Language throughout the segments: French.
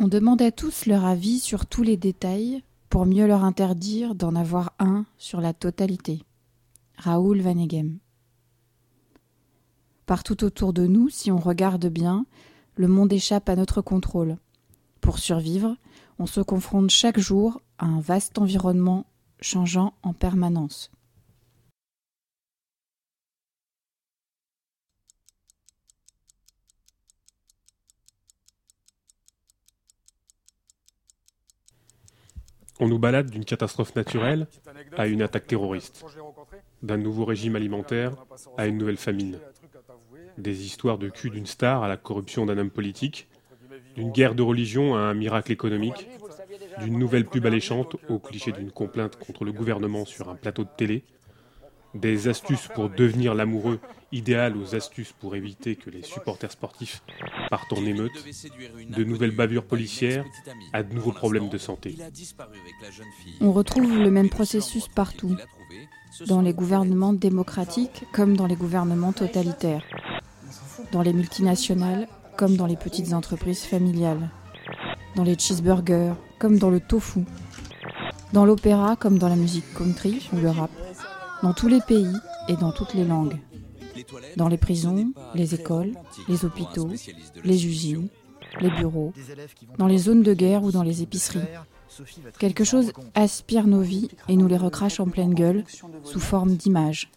On demande à tous leur avis sur tous les détails pour mieux leur interdire d'en avoir un sur la totalité. Raoul Vaneigem. Partout autour de nous, si on regarde bien, le monde échappe à notre contrôle. Pour survivre, on se confronte chaque jour à un vaste environnement changeant en permanence. On nous balade d'une catastrophe naturelle à une attaque terroriste, d'un nouveau régime alimentaire à une nouvelle famine, des histoires de cul d'une star à la corruption d'un homme politique, d'une guerre de religion à un miracle économique, d'une nouvelle pub alléchante au cliché d'une complainte contre le gouvernement sur un plateau de télé, des astuces pour devenir l'amoureux idéal aux astuces pour éviter que les supporters sportifs partent en émeute, de nouvelles bavures policières à de nouveaux problèmes de santé. On retrouve le même processus partout, dans les gouvernements démocratiques comme dans les gouvernements totalitaires, dans les multinationales comme dans les petites entreprises familiales, dans les cheeseburgers comme dans le tofu, dans l'opéra comme dans la musique country ou le rap, dans tous les pays et dans toutes les langues, dans les prisons, les écoles, les hôpitaux, les usines, les bureaux, dans les zones de guerre ou dans les épiceries. Quelque chose aspire nos vies et nous les recrache en pleine gueule sous forme d'images.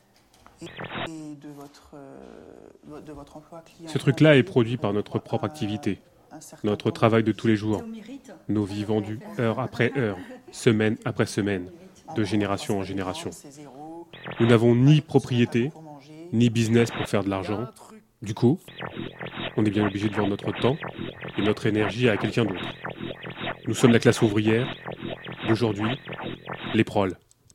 Ce truc-là est produit par notre propre activité, notre travail de tous les jours, nos vies vendues heure après heure, semaine après semaine, de génération en génération. Nous n'avons ni propriété, ni business pour faire de l'argent. Du coup, on est bien obligé de vendre notre temps et notre énergie à quelqu'un d'autre. Nous sommes la classe ouvrière d'aujourd'hui, les proles.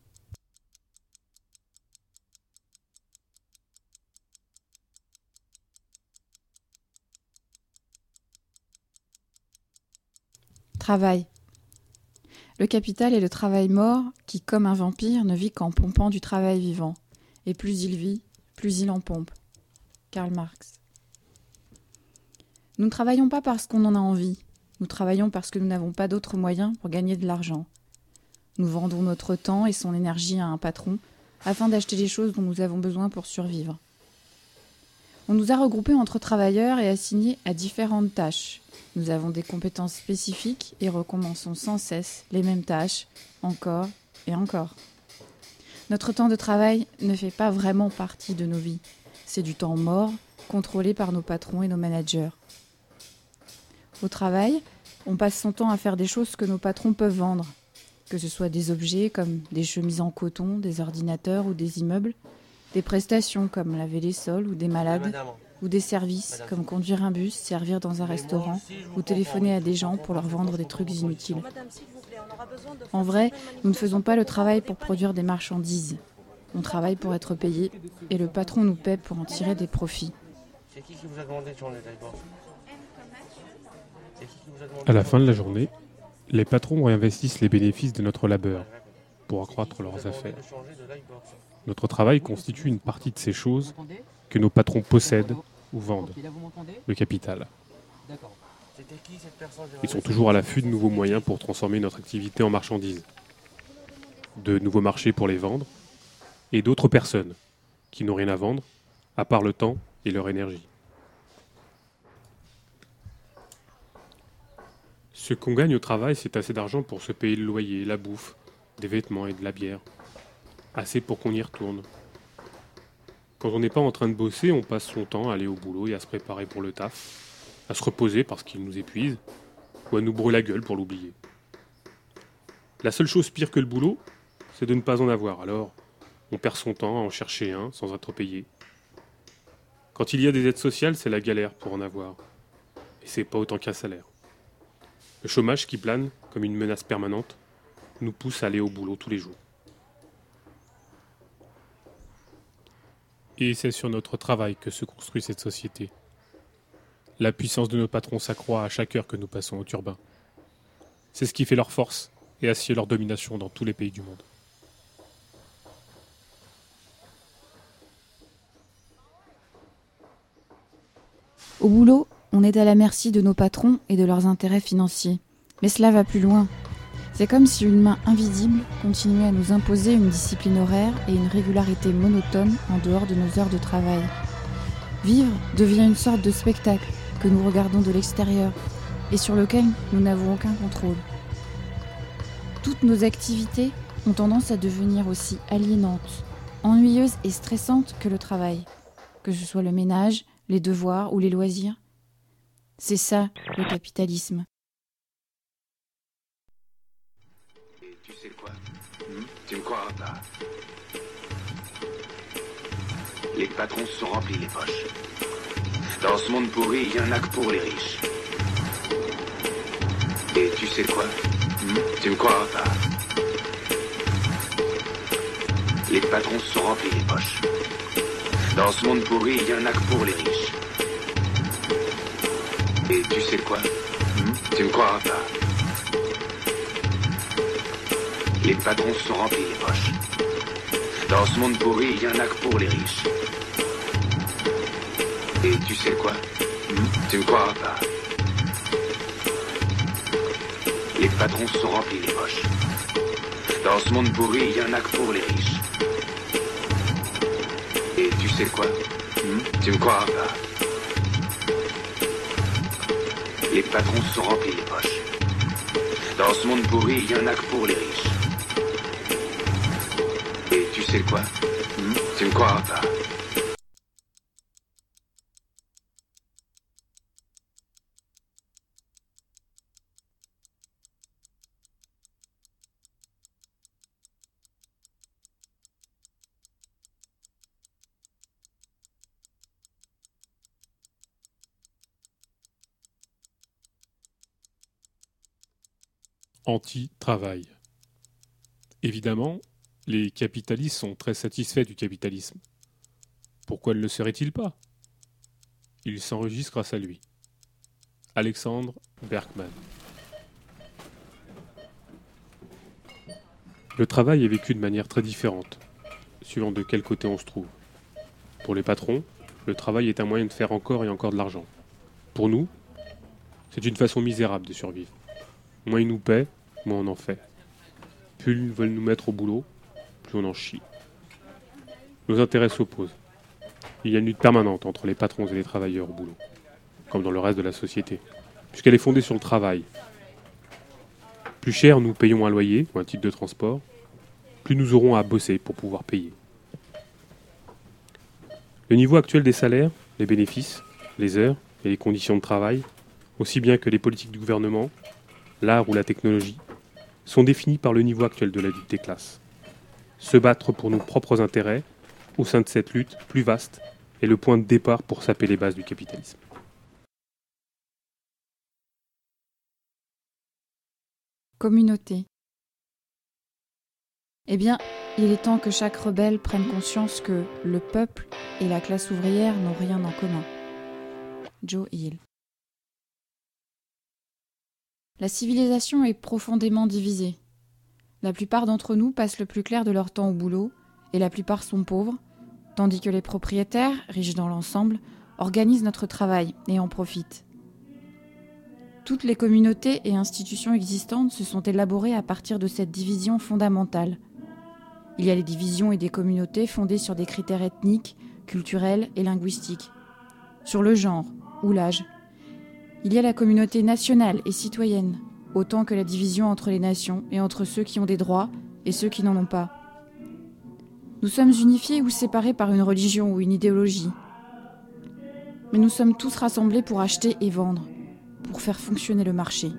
Travail. Le capital est le travail mort qui, comme un vampire, ne vit qu'en pompant du travail vivant. Et plus il vit, plus il en pompe. Karl Marx. Nous ne travaillons pas parce qu'on en a envie. Nous travaillons parce que nous n'avons pas d'autres moyens pour gagner de l'argent. Nous vendons notre temps et son énergie à un patron afin d'acheter les choses dont nous avons besoin pour survivre. On nous a regroupés entre travailleurs et assignés à différentes tâches. Nous avons des compétences spécifiques et recommençons sans cesse les mêmes tâches, encore et encore. Notre temps de travail ne fait pas vraiment partie de nos vies. C'est du temps mort, contrôlé par nos patrons et nos managers. Au travail, on passe son temps à faire des choses que nos patrons peuvent vendre, que ce soit des objets comme des chemises en coton, des ordinateurs ou des immeubles, des prestations comme laver les sols ou des malades, ou des services comme conduire un bus, servir dans un restaurant ou téléphoner à des gens pour leur vendre des trucs inutiles. En vrai, nous ne faisons pas le travail pour produire des marchandises. On travaille pour être payé et le patron nous paie pour en tirer des profits. À la fin de la journée, les patrons réinvestissent les bénéfices de notre labeur pour accroître leurs affaires. Notre travail constitue une partie de ces choses que nos patrons possèdent ou vendent, le capital. Ils sont toujours à l'affût de nouveaux moyens pour transformer notre activité en marchandises, de nouveaux marchés pour les vendre, et d'autres personnes qui n'ont rien à vendre, à part le temps et leur énergie. Ce qu'on gagne au travail, c'est assez d'argent pour se payer le loyer, la bouffe, des vêtements et de la bière. Assez pour qu'on y retourne. Quand on n'est pas en train de bosser, on passe son temps à aller au boulot et à se préparer pour le taf, à se reposer parce qu'il nous épuise, ou à nous brûler la gueule pour l'oublier. La seule chose pire que le boulot, c'est de ne pas en avoir, alors on perd son temps à en chercher un sans être payé. Quand il y a des aides sociales, c'est la galère pour en avoir, et c'est pas autant qu'un salaire. Le chômage qui plane, comme une menace permanente, nous pousse à aller au boulot tous les jours. Et c'est sur notre travail que se construit cette société. La puissance de nos patrons s'accroît à chaque heure que nous passons au turbin. C'est ce qui fait leur force et assied leur domination dans tous les pays du monde. Au boulot, on est à la merci de nos patrons et de leurs intérêts financiers. Mais cela va plus loin. C'est comme si une main invisible continuait à nous imposer une discipline horaire et une régularité monotone en dehors de nos heures de travail. Vivre devient une sorte de spectacle que nous regardons de l'extérieur et sur lequel nous n'avons aucun contrôle. Toutes nos activités ont tendance à devenir aussi aliénantes, ennuyeuses et stressantes que le travail, que ce soit le ménage, les devoirs ou les loisirs. C'est ça, le capitalisme. Et tu sais quoi? Tu me croiras pas. Les patrons se sont remplis les poches. Dans ce monde pourri, il y en a que pour les riches. Et tu sais quoi? Tu me croiras pas. Les patrons se sont remplis les poches. Dans ce monde pourri, il y en a que pour les riches. Et tu sais quoi? Tu me croiras pas. Les patrons se sont remplis les poches. Dans ce monde pourri, il y en a que pour les riches. Et tu sais quoi? Tu me croiras pas. Les patrons se sont remplis les poches. Dans ce monde pourri, il y en a que pour les riches. Et tu sais quoi? Tu me croiras pas. Les patrons se sont remplis les poches. Dans ce monde pourri, il y en a que pour les riches. Et tu sais quoi? Tu me croiras pas. Anti-travail. Évidemment, les capitalistes sont très satisfaits du capitalisme. Pourquoi ne le seraient-ils pas? Ils s'enregistrent grâce à lui. Alexandre Berkman. Le travail est vécu de manière très différente, suivant de quel côté on se trouve. Pour les patrons, le travail est un moyen de faire encore et encore de l'argent. Pour nous, c'est une façon misérable de survivre. Moins ils nous paient, moins on en fait. Plus ils veulent nous mettre au boulot, plus on en chie. Nos intérêts s'opposent. Il y a une lutte permanente entre les patrons et les travailleurs au boulot, comme dans le reste de la société, puisqu'elle est fondée sur le travail. Plus cher nous payons un loyer ou un titre de transport, plus nous aurons à bosser pour pouvoir payer. Le niveau actuel des salaires, les bénéfices, les heures et les conditions de travail, aussi bien que les politiques du gouvernement, l'art ou la technologie, sont définis par le niveau actuel de la lutte des classes. Se battre pour nos propres intérêts, au sein de cette lutte plus vaste, est le point de départ pour saper les bases du capitalisme. Communauté. Eh bien, il est temps que chaque rebelle prenne conscience que le peuple et la classe ouvrière n'ont rien en commun. Joe Hill. La civilisation est profondément divisée. La plupart d'entre nous passent le plus clair de leur temps au boulot, et la plupart sont pauvres, tandis que les propriétaires, riches dans l'ensemble, organisent notre travail et en profitent. Toutes les communautés et institutions existantes se sont élaborées à partir de cette division fondamentale. Il y a les divisions et des communautés fondées sur des critères ethniques, culturels et linguistiques, sur le genre ou l'âge. Il y a la communauté nationale et citoyenne, autant que la division entre les nations et entre ceux qui ont des droits et ceux qui n'en ont pas. Nous sommes unifiés ou séparés par une religion ou une idéologie. Mais nous sommes tous rassemblés pour acheter et vendre, pour faire fonctionner le marché.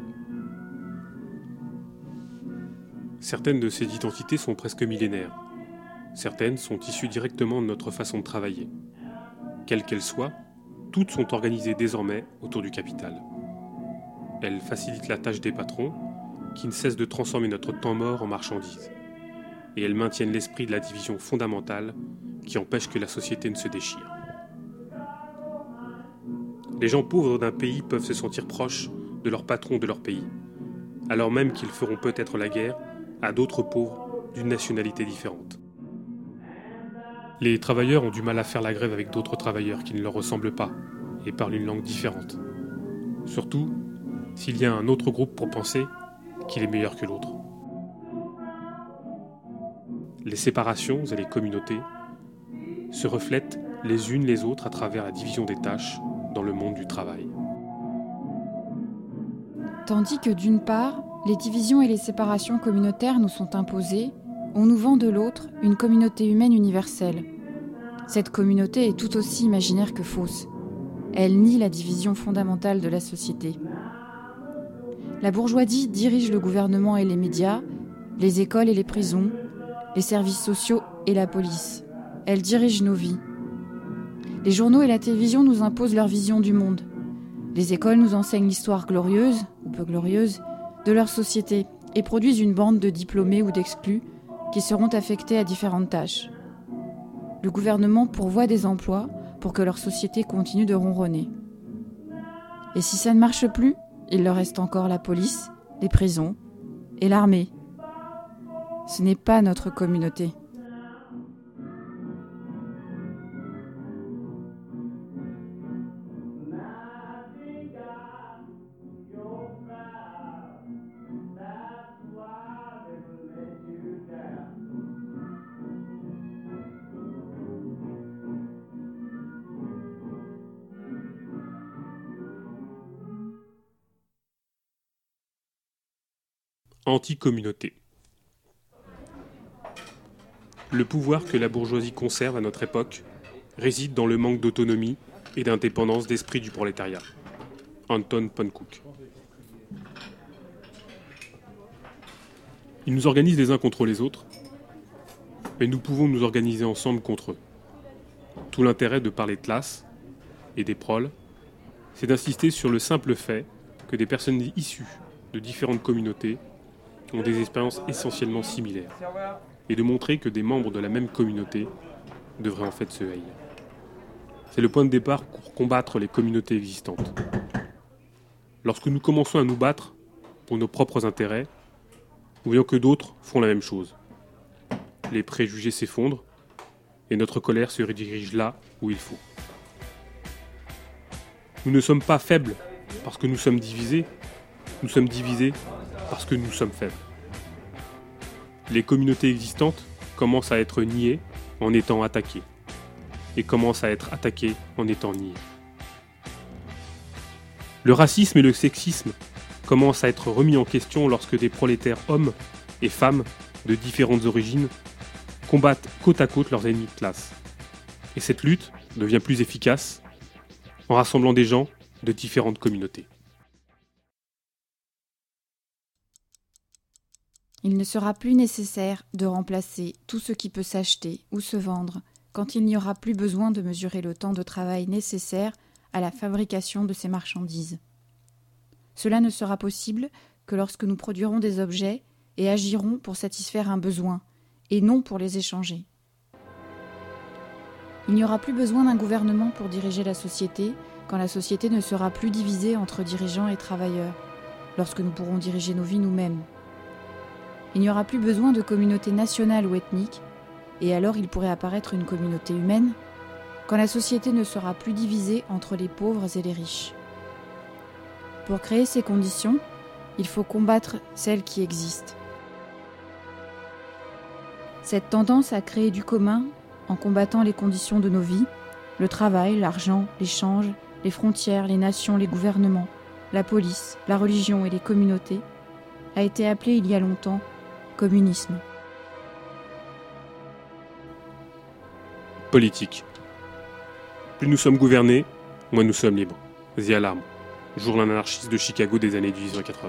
Certaines de ces identités sont presque millénaires. Certaines sont issues directement de notre façon de travailler. Quelles qu'elles soient, toutes sont organisées désormais autour du capital. Elles facilitent la tâche des patrons, qui ne cessent de transformer notre temps mort en marchandises. Et elles maintiennent l'esprit de la division fondamentale qui empêche que la société ne se déchire. Les gens pauvres d'un pays peuvent se sentir proches de leur patron de leur pays, alors même qu'ils feront peut-être la guerre à d'autres pauvres d'une nationalité différente. Les travailleurs ont du mal à faire la grève avec d'autres travailleurs qui ne leur ressemblent pas et parlent une langue différente. Surtout, s'il y a un autre groupe pour penser qu'il est meilleur que l'autre. Les séparations et les communautés se reflètent les unes les autres à travers la division des tâches dans le monde du travail. Tandis que d'une part, les divisions et les séparations communautaires nous sont imposées, on nous vend de l'autre une communauté humaine universelle. Cette communauté est tout aussi imaginaire que fausse. Elle nie la division fondamentale de la société. La bourgeoisie dirige le gouvernement et les médias, les écoles et les prisons, les services sociaux et la police. Elle dirige nos vies. Les journaux et la télévision nous imposent leur vision du monde. Les écoles nous enseignent l'histoire glorieuse, ou peu glorieuse, de leur société et produisent une bande de diplômés ou d'exclus qui seront affectés à différentes tâches. Le gouvernement pourvoit des emplois pour que leur société continue de ronronner. Et si ça ne marche plus, il leur reste encore la police, les prisons et l'armée. Ce n'est pas notre communauté. Anti-communauté. Le pouvoir que la bourgeoisie conserve à notre époque réside dans le manque d'autonomie et d'indépendance d'esprit du prolétariat. Anton Pankow. Ils nous organisent les uns contre les autres, mais nous pouvons nous organiser ensemble contre eux. Tout l'intérêt de parler de classe et des proles, c'est d'insister sur le simple fait que des personnes issues de différentes communautés ont des expériences essentiellement similaires, et de montrer que des membres de la même communauté devraient en fait se haïr. C'est le point de départ pour combattre les communautés existantes. Lorsque nous commençons à nous battre pour nos propres intérêts, nous voyons que d'autres font la même chose. Les préjugés s'effondrent, et notre colère se redirige là où il faut. Nous ne sommes pas faibles parce que nous sommes divisés parce que nous sommes faibles. Les communautés existantes commencent à être niées en étant attaquées, et commencent à être attaquées en étant niées. Le racisme et le sexisme commencent à être remis en question lorsque des prolétaires hommes et femmes de différentes origines combattent côte à côte leurs ennemis de classe. Et cette lutte devient plus efficace en rassemblant des gens de différentes communautés. Il ne sera plus nécessaire de remplacer tout ce qui peut s'acheter ou se vendre quand il n'y aura plus besoin de mesurer le temps de travail nécessaire à la fabrication de ces marchandises. Cela ne sera possible que lorsque nous produirons des objets et agirons pour satisfaire un besoin, et non pour les échanger. Il n'y aura plus besoin d'un gouvernement pour diriger la société quand la société ne sera plus divisée entre dirigeants et travailleurs, lorsque nous pourrons diriger nos vies nous-mêmes. Il n'y aura plus besoin de communauté nationale ou ethnique, et alors il pourrait apparaître une communauté humaine, quand la société ne sera plus divisée entre les pauvres et les riches. Pour créer ces conditions, il faut combattre celles qui existent. Cette tendance à créer du commun, en combattant les conditions de nos vies, le travail, l'argent, l'échange, les frontières, les nations, les gouvernements, la police, la religion et les communautés, a été appelée il y a longtemps communisme. Politique. Plus nous sommes gouvernés, moins nous sommes libres. The Alarm, journal anarchiste de Chicago des années 1880.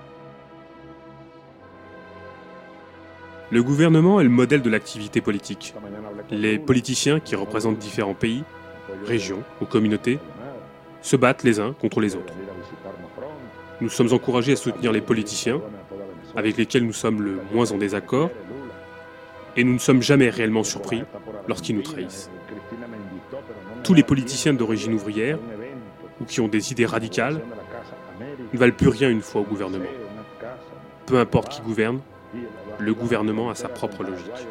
Le gouvernement est le modèle de l'activité politique. Les politiciens qui représentent différents pays, régions ou communautés se battent les uns contre les autres. Nous sommes encouragés à soutenir les politiciens avec lesquels nous sommes le moins en désaccord, et nous ne sommes jamais réellement surpris lorsqu'ils nous trahissent. Tous les politiciens d'origine ouvrière, ou qui ont des idées radicales, ne valent plus rien une fois au gouvernement. Peu importe qui gouverne, le gouvernement a sa propre logique.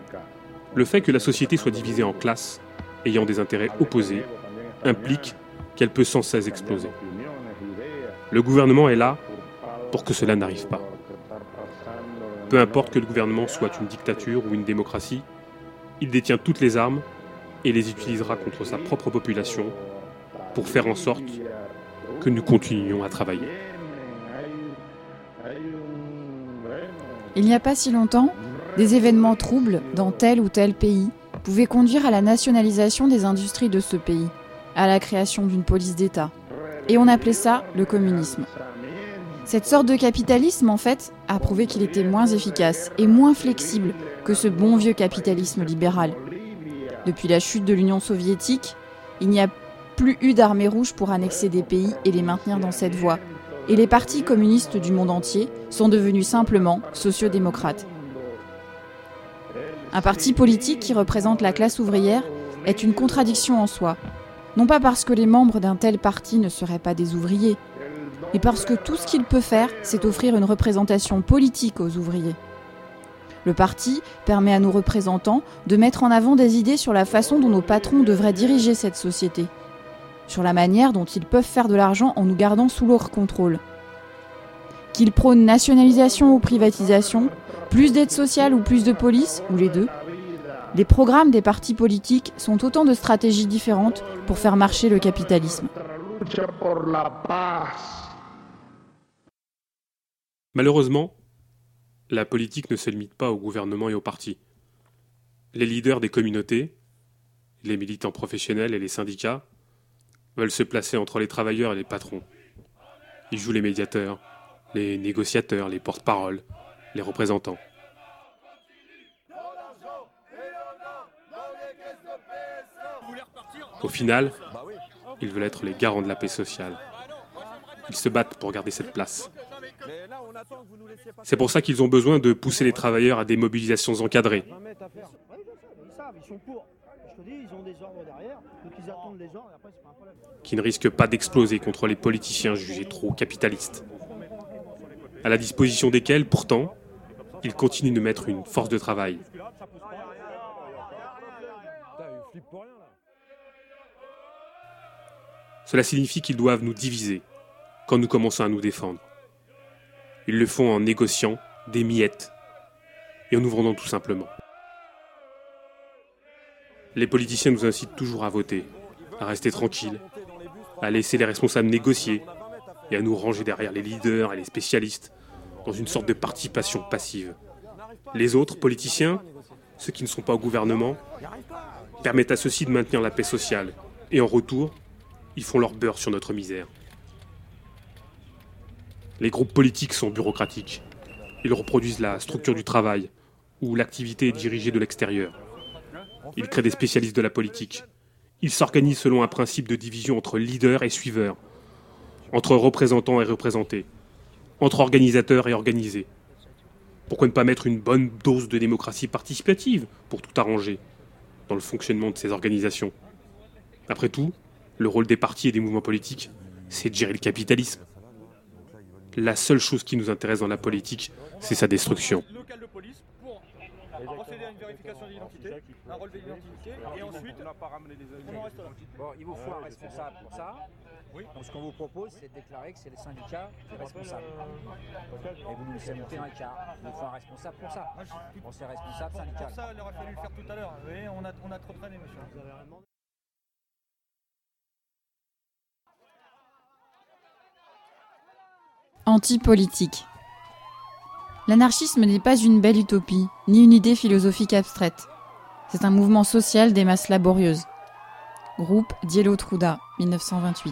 Le fait que la société soit divisée en classes, ayant des intérêts opposés, implique qu'elle peut sans cesse exploser. Le gouvernement est là pour que cela n'arrive pas. Peu importe que le gouvernement soit une dictature ou une démocratie, il détient toutes les armes et les utilisera contre sa propre population pour faire en sorte que nous continuions à travailler. Il n'y a pas si longtemps, des événements troubles dans tel ou tel pays pouvaient conduire à la nationalisation des industries de ce pays, à la création d'une police d'État. Et on appelait ça le communisme. Cette sorte de capitalisme, en fait, a prouvé qu'il était moins efficace et moins flexible que ce bon vieux capitalisme libéral. Depuis la chute de l'Union soviétique, il n'y a plus eu d'armée rouge pour annexer des pays et les maintenir dans cette voie. Et les partis communistes du monde entier sont devenus simplement sociodémocrates. Un parti politique qui représente la classe ouvrière est une contradiction en soi. Non pas parce que les membres d'un tel parti ne seraient pas des ouvriers, mais parce que tout ce qu'il peut faire, c'est offrir une représentation politique aux ouvriers. Le parti permet à nos représentants de mettre en avant des idées sur la façon dont nos patrons devraient diriger cette société, sur la manière dont ils peuvent faire de l'argent en nous gardant sous leur contrôle. Qu'ils prônent nationalisation ou privatisation, plus d'aide sociale ou plus de police, ou les deux, les programmes des partis politiques sont autant de stratégies différentes pour faire marcher le capitalisme. Malheureusement, la politique ne se limite pas au gouvernement et aux partis. Les leaders des communautés, les militants professionnels et les syndicats veulent se placer entre les travailleurs et les patrons. Ils jouent les médiateurs, les négociateurs, les porte-paroles, les représentants. Au final, ils veulent être les garants de la paix sociale. Ils se battent pour garder cette place. C'est pour ça qu'ils ont besoin de pousser les travailleurs à des mobilisations encadrées. Qui ne risquent pas d'exploser contre les politiciens jugés trop capitalistes. À la disposition desquels, pourtant, ils continuent de mettre une force de travail. Cela signifie qu'ils doivent nous diviser quand nous commençons à nous défendre. Ils le font en négociant des miettes et en nous vendant tout simplement. Les politiciens nous incitent toujours à voter, à rester tranquilles, à laisser les responsables négocier et à nous ranger derrière les leaders et les spécialistes dans une sorte de participation passive. Les autres politiciens, ceux qui ne sont pas au gouvernement, permettent à ceux-ci de maintenir la paix sociale et en retour, ils font leur beurre sur notre misère. Les groupes politiques sont bureaucratiques. Ils reproduisent la structure du travail, où l'activité est dirigée de l'extérieur. Ils créent des spécialistes de la politique. Ils s'organisent selon un principe de division entre leaders et suiveurs, entre représentants et représentés, entre organisateurs et organisés. Pourquoi ne pas mettre une bonne dose de démocratie participative pour tout arranger dans le fonctionnement de ces organisations ? Après tout, le rôle des partis et des mouvements politiques, c'est de gérer le capitalisme. La seule chose qui nous intéresse dans la politique, c'est sa destruction. Local de police pour procéder à une vérification d'identité, un relevé d'identité, et ensuite, on en reste là. Bon, il vous faut un responsable pour ça. Oui. Donc ce qu'on vous propose, c'est de déclarer que c'est les syndicats les responsables. Et vous nous laissez monter un quart. Il vous faut un responsable pour ça. Pour ces responsables syndicaux. Pour ça, il aurait fallu le faire tout à l'heure. Vous voyez, on a trop traîné, monsieur. Anti-politique. L'anarchisme n'est pas une belle utopie, ni une idée philosophique abstraite. C'est un mouvement social des masses laborieuses. Groupe Dielo Truda, 1928.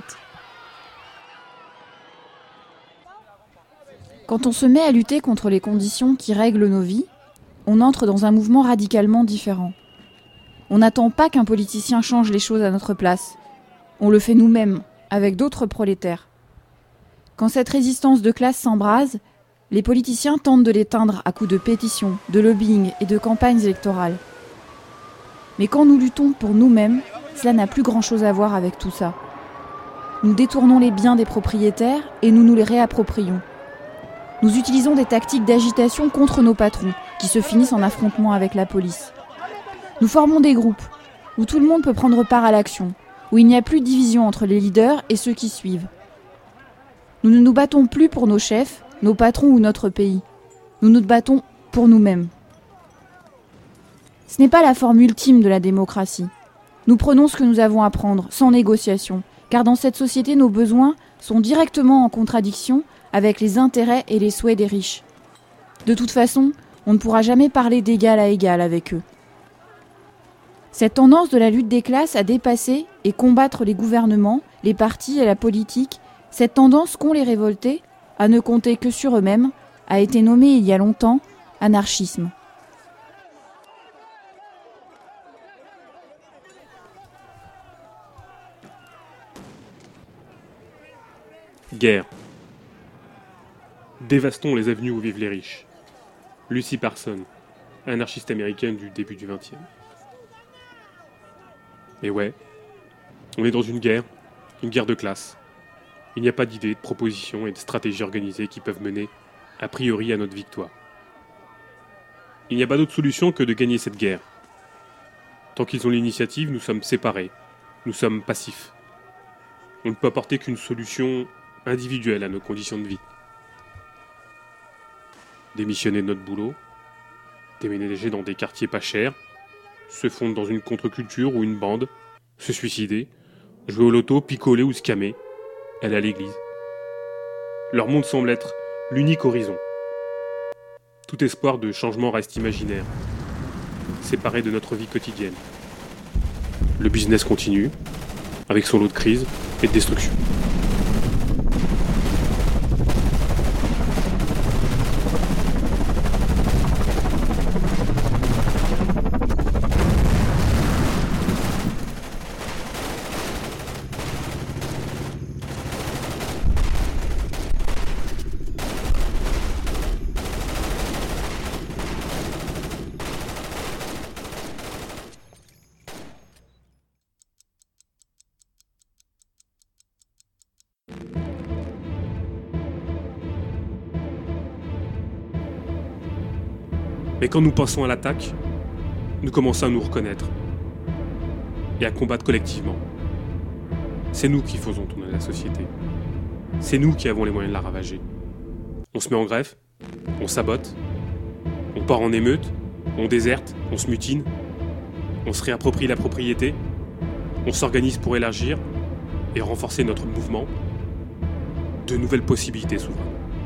Quand on se met à lutter contre les conditions qui règlent nos vies, on entre dans un mouvement radicalement différent. On n'attend pas qu'un politicien change les choses à notre place. On le fait nous-mêmes, avec d'autres prolétaires. Quand cette résistance de classe s'embrase, les politiciens tentent de l'éteindre à coups de pétitions, de lobbying et de campagnes électorales. Mais quand nous luttons pour nous-mêmes, cela n'a plus grand-chose à voir avec tout ça. Nous détournons les biens des propriétaires et nous nous les réapproprions. Nous utilisons des tactiques d'agitation contre nos patrons, qui se finissent en affrontement avec la police. Nous formons des groupes, où tout le monde peut prendre part à l'action, où il n'y a plus de division entre les leaders et ceux qui suivent. Nous ne nous battons plus pour nos chefs, nos patrons ou notre pays. Nous nous battons pour nous-mêmes. Ce n'est pas la forme ultime de la démocratie. Nous prenons ce que nous avons à prendre, sans négociation, car dans cette société, nos besoins sont directement en contradiction avec les intérêts et les souhaits des riches. De toute façon, on ne pourra jamais parler d'égal à égal avec eux. Cette tendance de la lutte des classes à dépasser et combattre les gouvernements, les partis et la politique, cette tendance qu'ont les révoltés à ne compter que sur eux-mêmes, a été nommée il y a longtemps anarchisme. Guerre. Dévastons les avenues où vivent les riches. Lucy Parson, anarchiste américaine du début du XXe. Et ouais, on est dans une guerre de classe. Il n'y a pas d'idées, de propositions et de stratégies organisées qui peuvent mener, a priori, à notre victoire. Il n'y a pas d'autre solution que de gagner cette guerre. Tant qu'ils ont l'initiative, nous sommes séparés, nous sommes passifs. On ne peut apporter qu'une solution individuelle à nos conditions de vie. Démissionner de notre boulot, déménager dans des quartiers pas chers, se fondre dans une contre-culture ou une bande, se suicider, jouer au loto, picoler ou scammer, aller à l'église. Leur monde semble être l'unique horizon. Tout espoir de changement reste imaginaire, séparé de notre vie quotidienne. Le business continue, avec son lot de crises et de destruction. Mais quand nous passons à l'attaque, nous commençons à nous reconnaître et à combattre collectivement. C'est nous qui faisons tourner la société. C'est nous qui avons les moyens de la ravager. On se met en grève, on sabote, on part en émeute, on déserte, on se mutine, on se réapproprie la propriété, on s'organise pour élargir et renforcer notre mouvement. De nouvelles possibilités s'ouvrent.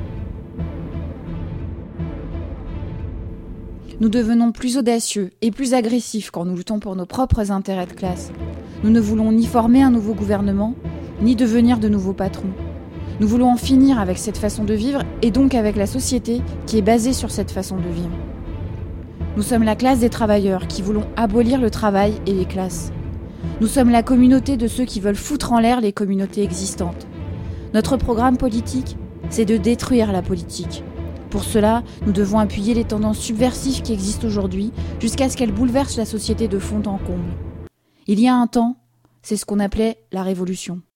Nous devenons plus audacieux et plus agressifs quand nous luttons pour nos propres intérêts de classe. Nous ne voulons ni former un nouveau gouvernement, ni devenir de nouveaux patrons. Nous voulons en finir avec cette façon de vivre et donc avec la société qui est basée sur cette façon de vivre. Nous sommes la classe des travailleurs qui voulons abolir le travail et les classes. Nous sommes la communauté de ceux qui veulent foutre en l'air les communautés existantes. Notre programme politique, c'est de détruire la politique. Pour cela, nous devons appuyer les tendances subversives qui existent aujourd'hui jusqu'à ce qu'elles bouleversent la société de fond en comble. Il y a un temps, c'est ce qu'on appelait la révolution.